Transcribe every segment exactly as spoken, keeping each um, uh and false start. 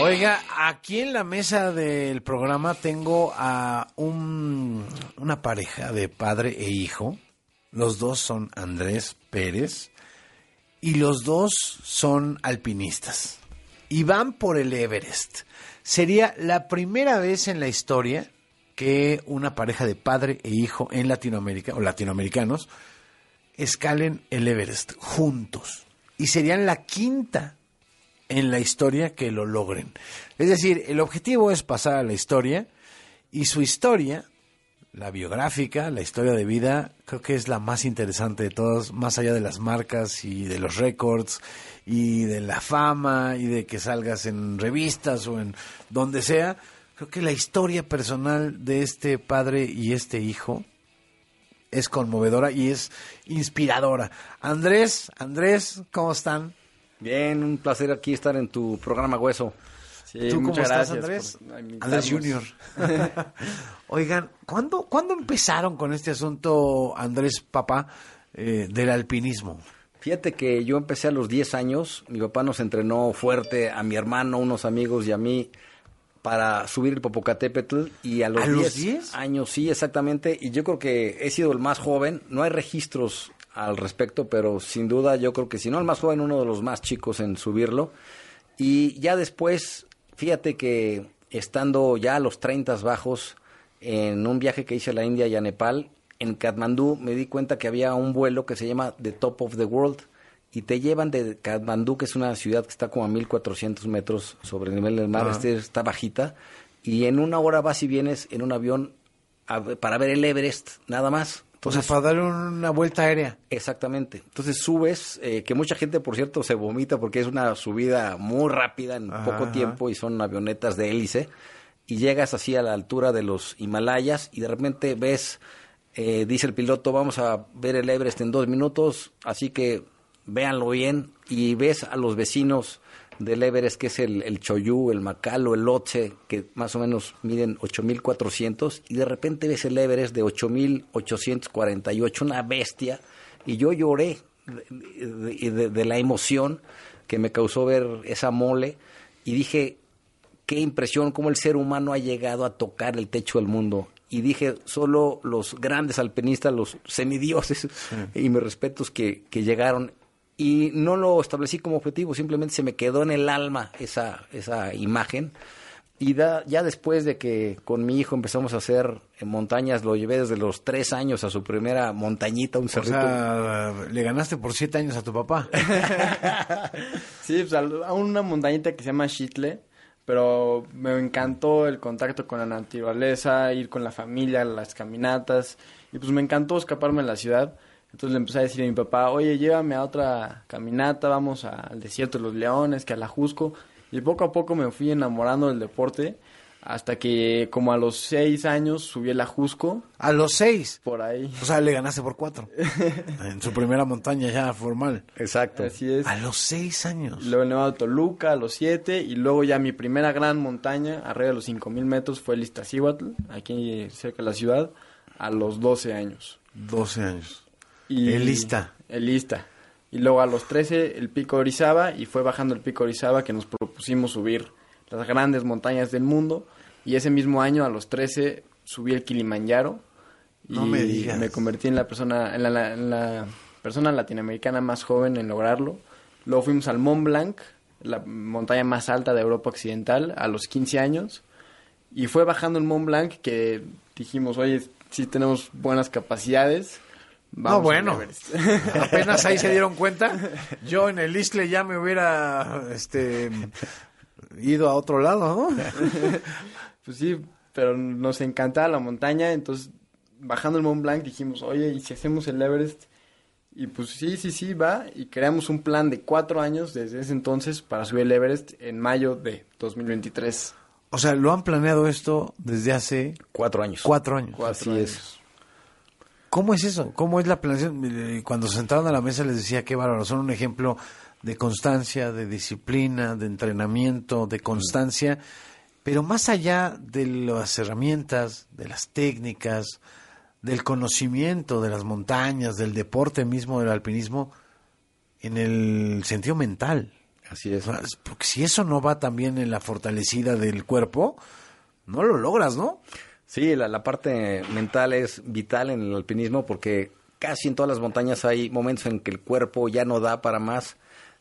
Oiga, aquí en la mesa del programa tengo a un, una pareja de padre e hijo. Los dos son Andrés Pérez y los dos son alpinistas y van por el Everest. Sería la primera vez en la historia que una pareja de padre e hijo en Latinoamérica, o latinoamericanos, escalen el Everest juntos. Y serían la quinta en la historia que lo logren. Es decir, el objetivo es pasar a la historia, y su historia, la biográfica, la historia de vida, creo que es la más interesante de todas, más allá de las marcas y de los récords y de la fama y de que salgas en revistas o en donde sea. Creo que la historia personal de este padre y este hijo es conmovedora y es inspiradora. Andrés, Andrés, ¿cómo están? Bien, un placer aquí estar en tu programa Hueso. Sí, ¿tú cómo estás, Andrés? Andrés Junior Oigan, ¿cuándo, ¿cuándo empezaron con este asunto, Andrés, papá, eh, del alpinismo? Fíjate que yo empecé a los diez años. Mi papá nos entrenó fuerte a mi hermano, unos amigos y a mí para subir el Popocatépetl. Y a los, ¿A los diez años, sí, exactamente. Y yo creo que he sido el más joven. No hay registros al respecto, pero sin duda yo creo que si no el más joven, uno de los más chicos en subirlo. Y ya después, fíjate que estando ya a los treinta bajos, en un viaje que hice a la India y a Nepal, en Katmandú me di cuenta que había un vuelo que se llama The Top of the World, y te llevan de Katmandú, que es una ciudad que está como a mil cuatrocientos metros sobre el nivel del mar, uh-huh. este está bajita, y en una hora vas y vienes en un avión a, para ver el Everest, nada más. Entonces, o sea, para dar una vuelta aérea. Exactamente. Entonces subes, eh, que mucha gente, por cierto, se vomita porque es una subida muy rápida en ajá, poco tiempo y son avionetas de hélice, y llegas así a la altura de los Himalayas y de repente ves, eh, dice el piloto, vamos a ver el Everest en dos minutos, así que véanlo bien, y ves a los vecinos del Everest, que es el, el Choyú, el Macalo, el Lhotse, que más o menos miden ocho mil cuatrocientos, y de repente ves el Everest de ocho mil ochocientos cuarenta y ocho, una bestia, y yo lloré de, de, de, de la emoción que me causó ver esa mole, y dije, qué impresión, cómo el ser humano ha llegado a tocar el techo del mundo. Y dije, solo los grandes alpinistas, los semidioses, sí. y mis respetos que, que llegaron. Y no lo establecí como objetivo, simplemente se me quedó en el alma esa, esa imagen. Y da, ya después de que con mi hijo empezamos a hacer en montañas, lo llevé desde los tres años a su primera montañita, un cerrito. O sea, le ganaste por siete años a tu papá. Sí, pues a una montañita que se llama Xitle, pero me encantó el contacto con la naturaleza, ir con la familia, las caminatas, y pues me encantó escaparme de la ciudad. Entonces le empecé a decir a mi papá, oye, llévame a otra caminata, vamos a, al desierto de los Leones, que a la Jusco. Y poco a poco me fui enamorando del deporte, hasta que como a los seis años subí a la Jusco. ¿A los seis? Por ahí. O sea, le ganaste por cuatro. En su primera montaña ya formal. Exacto. Así es. A los seis años. Luego el Nevado de Toluca a los siete, y luego ya mi primera gran montaña, arriba de los cinco mil metros, fue el Iztaccíhuatl, aquí cerca de la ciudad, a los doce años. doce años. Y el Ista. El Ista. Y luego a los trece el Pico Orizaba, y fue bajando el Pico Orizaba que nos propusimos subir las grandes montañas del mundo. Y ese mismo año, a los trece, subí el Kilimanjaro. No y me digas. me convertí en la persona, en la, en la persona latinoamericana más joven en lograrlo. Luego fuimos al Mont Blanc, la montaña más alta de Europa Occidental, a los quince años. Y fue bajando el Mont Blanc que dijimos, oye, sí tenemos buenas capacidades. Vamos no, bueno, apenas ahí se dieron cuenta. Yo en el Isle ya me hubiera este, ido a otro lado, ¿no? Pues sí, pero nos encantaba la montaña, entonces bajando el Mont Blanc dijimos, oye, ¿y si hacemos el Everest? Y pues sí, sí, sí, va, y creamos un plan de cuatro años desde ese entonces para subir el Everest en mayo de dos mil veintitrés. O sea, lo han planeado esto desde hace... Cuatro años. Cuatro años. Cuatro Así años. es. ¿Cómo es eso? ¿Cómo es la planeación? Cuando se sentaron a la mesa les decía, qué bárbaro, son un ejemplo de constancia, de disciplina, de entrenamiento, de constancia, pero más allá de las herramientas, de las técnicas, del conocimiento de las montañas, del deporte mismo, del alpinismo, en el sentido mental. Así es. Porque si eso no va también en la fortalecida del cuerpo, no lo logras, ¿no? Sí, la, la parte mental es vital en el alpinismo porque casi en todas las montañas hay momentos en que el cuerpo ya no da para más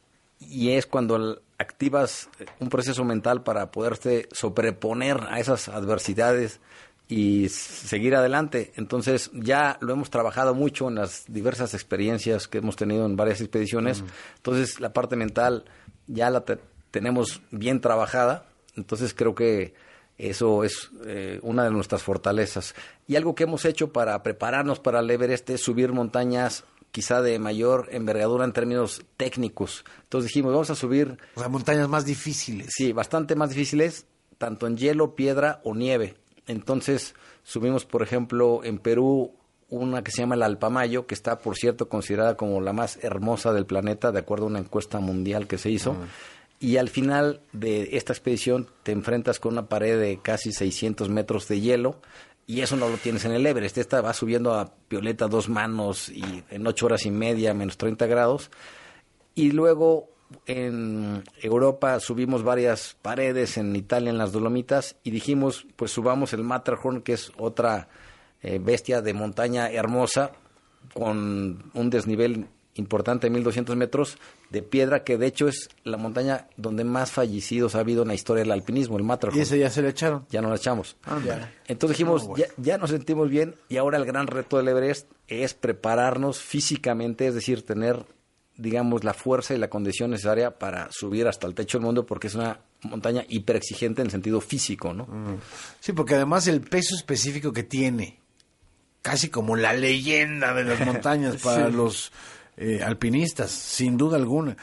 y es cuando activas un proceso mental para poderte sobreponer a esas adversidades y seguir adelante. Entonces ya lo hemos trabajado mucho en las diversas experiencias que hemos tenido en varias expediciones. Mm. Entonces la parte mental ya la te- tenemos bien trabajada. Entonces creo que eso es eh, una de nuestras fortalezas. Y algo que hemos hecho para prepararnos para el Everest es subir montañas quizá de mayor envergadura en términos técnicos. Entonces dijimos, vamos a subir... O sea, montañas más difíciles. Sí, bastante más difíciles, tanto en hielo, piedra o nieve. Entonces subimos, por ejemplo, en Perú una que se llama el Alpamayo, que está, por cierto, considerada como la más hermosa del planeta, de acuerdo a una encuesta mundial que se hizo. Uh-huh. Y al final de esta expedición te enfrentas con una pared de casi seiscientos metros de hielo y eso no lo tienes en el Everest. Esta va subiendo a Violeta dos manos y en ocho horas y media, menos treinta grados. Y luego en Europa subimos varias paredes, en Italia, en las Dolomitas, y dijimos, pues subamos el Matterhorn, que es otra eh, bestia de montaña hermosa, con un desnivel importante, mil doscientos metros de piedra, que de hecho es la montaña donde más fallecidos ha habido en la historia del alpinismo, el Matterhorn. ¿Y ese ya se le echaron? Ya no lo echamos. Ah, ya. Entonces dijimos, no, bueno. ya, ya nos sentimos bien y ahora el gran reto del Everest es prepararnos físicamente, es decir, tener, digamos, la fuerza y la condición necesaria para subir hasta el techo del mundo, porque es una montaña hiperexigente en el sentido físico, ¿no? Mm. Sí, porque además el peso específico que tiene, casi como la leyenda de las montañas para sí. los eh, alpinistas, sin duda alguna.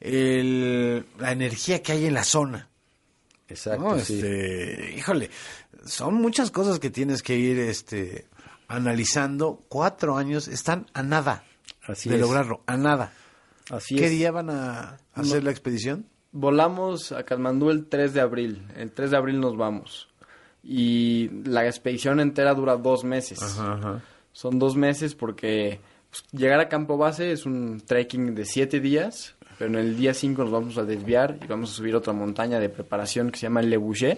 El, la energía que hay en la zona. Exacto, ¿no? sí. Este, híjole, son muchas cosas que tienes que ir este, analizando. Cuatro años están a nada Así de es. lograrlo, a nada. Así ¿Qué es. día van a hacer no, la expedición? Volamos a Katmandú el tres de abril. El tres de abril nos vamos. Y la expedición entera dura dos meses. Ajá, ajá. Son dos meses porque pues, llegar a campo base es un trekking de siete días, pero en el día cinco nos vamos a desviar y vamos a subir otra montaña de preparación que se llama el Le Boucher.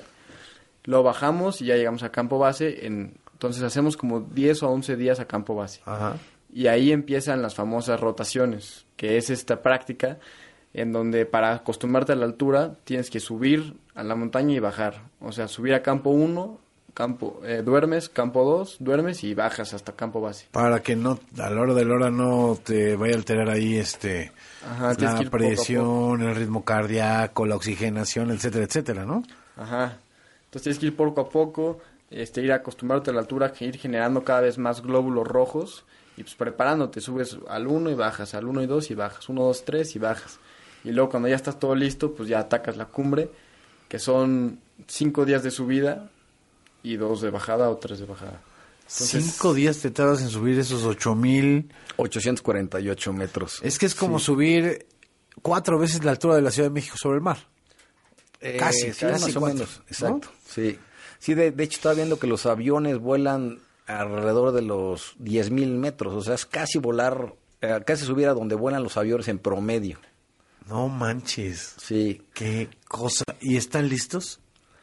Lo bajamos y ya llegamos a campo base. En, entonces hacemos como diez o once días a campo base. Ajá. Y ahí empiezan las famosas rotaciones, que es esta práctica en donde para acostumbrarte a la altura tienes que subir a la montaña y bajar. O sea, subir a campo uno, campo eh, duermes, campo dos, duermes y bajas hasta campo base. Para que no, a la hora de la hora no te vaya a alterar ahí este Ajá, la presión, el ritmo cardíaco, la oxigenación, etcétera, etcétera, ¿no? Ajá. Entonces tienes que ir poco a poco, este, ir acostumbrarte a la altura, ir generando cada vez más glóbulos rojos y pues preparándote, subes al uno y bajas, al uno y dos y bajas, uno, dos, tres y bajas. Y luego cuando ya estás todo listo, pues ya atacas la cumbre, que son cinco días de subida y dos de bajada o tres de bajada. Entonces, cinco días te tardas en subir esos ocho mil... ochocientos cuarenta y ocho metros. Es que es como sí. subir cuatro veces la altura de la Ciudad de México sobre el mar. Eh, casi, sí, casi más o cuatro, menos. Exacto, ¿no? sí. Sí, de, de hecho estaba viendo que los aviones vuelan alrededor de los diez mil metros. O sea, es casi volar, eh, casi subir a donde vuelan los aviones en promedio. No manches. Sí. Qué cosa. ¿Y están listos?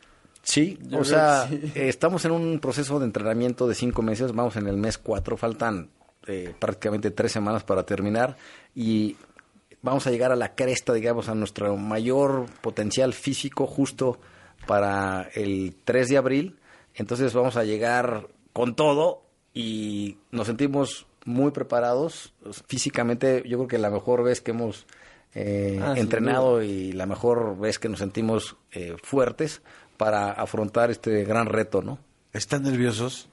Sí, Yo o sea, sí. eh, estamos en un proceso de entrenamiento de cinco meses, vamos en el mes cuatro, faltan eh, prácticamente tres semanas para terminar y vamos a llegar a la cresta, digamos, a nuestro mayor potencial físico justo para el tres de abril, entonces vamos a llegar con todo y nos sentimos muy preparados físicamente. Yo creo que la mejor vez que hemos eh, ah, entrenado y la mejor vez que nos sentimos eh, fuertes para afrontar este gran reto, ¿no? ¿Están nerviosos?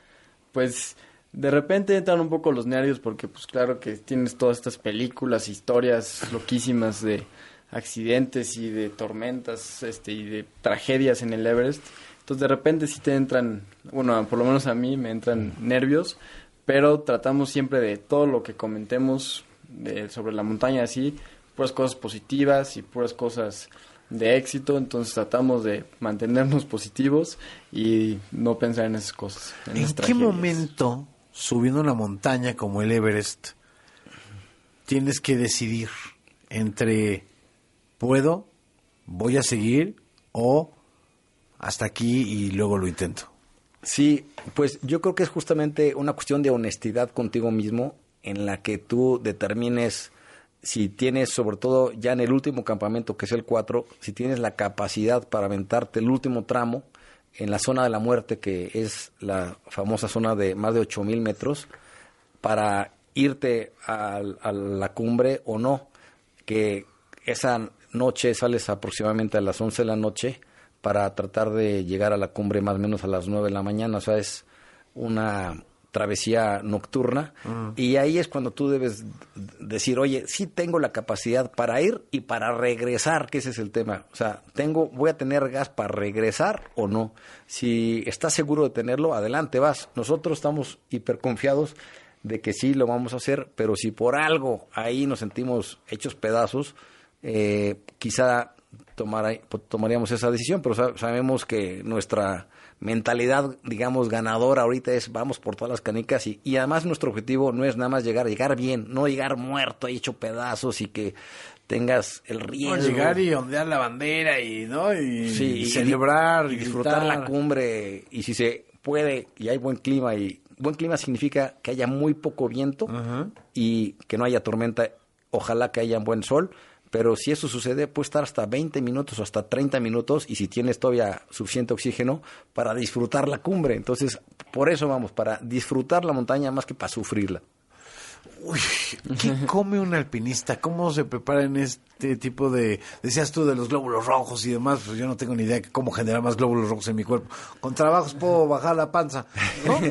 Pues de repente entran un poco los nervios porque pues claro que tienes todas estas películas, historias loquísimas de accidentes y de tormentas este y de tragedias en el Everest. Entonces de repente sí te entran, bueno, por lo menos a mí me entran nervios, pero tratamos siempre de todo lo que comentemos de, sobre la montaña así, puras cosas positivas y puras cosas de éxito, entonces tratamos de mantenernos positivos y no pensar en esas cosas. En, ¿En esas qué tragedias. momento, subiendo una montaña como el Everest, tienes que decidir entre ¿puedo? ¿Voy a seguir? ¿O hasta aquí y luego lo intento? Sí, pues yo creo que es justamente una cuestión de honestidad contigo mismo en la que tú determines si tienes, sobre todo ya en el último campamento, que es el cuatro, si tienes la capacidad para aventarte el último tramo en la zona de la muerte, que es la famosa zona de más de ocho mil metros, para irte a, a la cumbre o no, que esa noche sales aproximadamente a las once de la noche para tratar de llegar a la cumbre más o menos a las nueve de la mañana, o sea, es una travesía nocturna, uh-huh. Y ahí es cuando tú debes decir, oye, sí tengo la capacidad para ir y para regresar, que ese es el tema, o sea, tengo, voy a tener gas para regresar o no. Si estás seguro de tenerlo, adelante, vas. Nosotros estamos hiperconfiados de que sí lo vamos a hacer, pero si por algo ahí nos sentimos hechos pedazos, eh, quizá tomar, tomaríamos esa decisión, pero sabemos que nuestra mentalidad, digamos, ganadora ahorita es vamos por todas las canicas y, y además nuestro objetivo no es nada más llegar, llegar bien, no llegar muerto, hecho pedazos y que tengas el riesgo. No, llegar y ondear la bandera y, ¿no? y, sí, y celebrar y, y disfrutar gritar. La cumbre y si se puede y hay buen clima y buen clima significa que haya muy poco viento, uh-huh. Y que no haya tormenta, ojalá que haya buen sol. Pero si eso sucede, puede estar hasta veinte minutos o hasta treinta minutos y si tienes todavía suficiente oxígeno para disfrutar la cumbre. Entonces, por eso vamos, para disfrutar la montaña más que para sufrirla. Uy, ¿qué come un alpinista? ¿Cómo se prepara en este tipo de... Decías tú de los glóbulos rojos y demás, pues yo no tengo ni idea de cómo generar más glóbulos rojos en mi cuerpo. Con trabajos puedo bajar la panza, ¿no?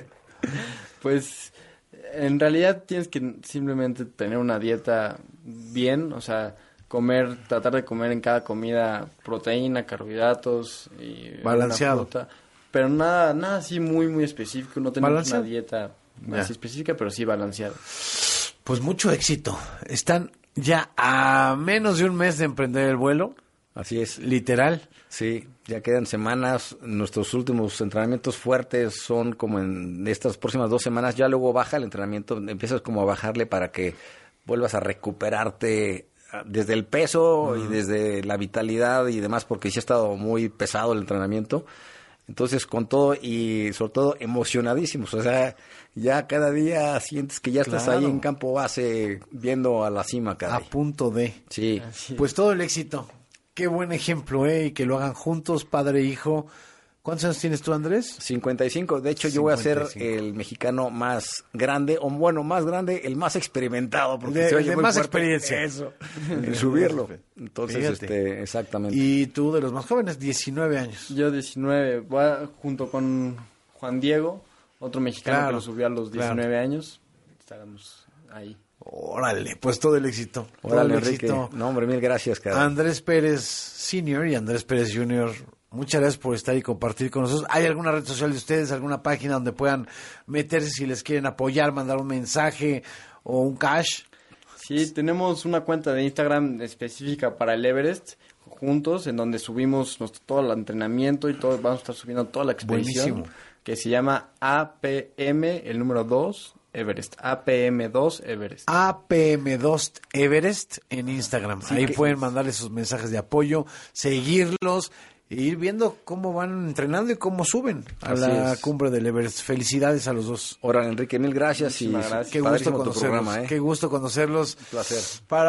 Pues... En realidad tienes que simplemente tener una dieta bien, o sea, comer, tratar de comer en cada comida proteína, carbohidratos y balanceado. Una fruta, pero nada, nada así muy muy específico, no tenemos una dieta ya. así específica, pero sí balanceada. Pues mucho éxito. Están ya a menos de un mes de emprender el vuelo. Así es. Literal. Sí, ya quedan semanas. Nuestros últimos entrenamientos fuertes son como en estas próximas dos semanas. Ya luego baja el entrenamiento, empiezas como a bajarle para que vuelvas a recuperarte desde el peso uh-huh. y desde la vitalidad y demás, porque sí ha estado muy pesado el entrenamiento. Entonces, con todo y sobre todo emocionadísimos. O sea, ya cada día sientes que ya estás claro. ahí en campo base viendo a la cima cada A día. punto de. Sí. Pues todo el éxito. Qué buen ejemplo, ¿eh? Y que lo hagan juntos, padre e hijo. ¿Cuántos años tienes tú, Andrés? cincuenta y cinco. De hecho, yo voy a ser el mexicano más grande, o bueno, más grande, el más experimentado. Porque de, se oye de muy más fuerte. experiencia. Eso. En subirlo. Entonces, este, exactamente. Y tú, de los más jóvenes, diecinueve años. Yo diecinueve. Voy a, junto con Juan Diego, otro mexicano claro, que lo subió a los diecinueve claro. años. Estaremos ahí. Órale, pues todo el éxito. Órale, todo el Enrique. éxito. No, hombre, mil gracias, cara. Andrés Pérez Senior y Andrés Pérez Junior, muchas gracias por estar y compartir con nosotros. ¿Hay alguna red social de ustedes, alguna página donde puedan meterse si les quieren apoyar, mandar un mensaje o un cash? Sí, tenemos una cuenta de Instagram específica para el Everest, juntos, en donde subimos nuestro, todo el entrenamiento y todo, vamos a estar subiendo toda la expedición. Buenísimo. Que se llama A P M, el número dos, Everest. A P M dos Everest. A P M dos Everest en Instagram. Sí, ahí pueden mandarles sus mensajes de apoyo, seguirlos e ir viendo cómo van entrenando y cómo suben a Así la es. cumbre del Everest. Felicidades a los dos. Órale, Enrique, mil gracias. Y gracias. Qué gusto conocerlos. Programa, ¿eh? Qué gusto conocerlos. Un placer.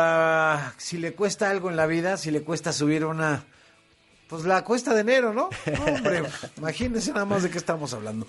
Para si le cuesta algo en la vida, si le cuesta subir una... Pues la cuesta de enero, ¿no? No, hombre, imagínense nada más de qué estamos hablando.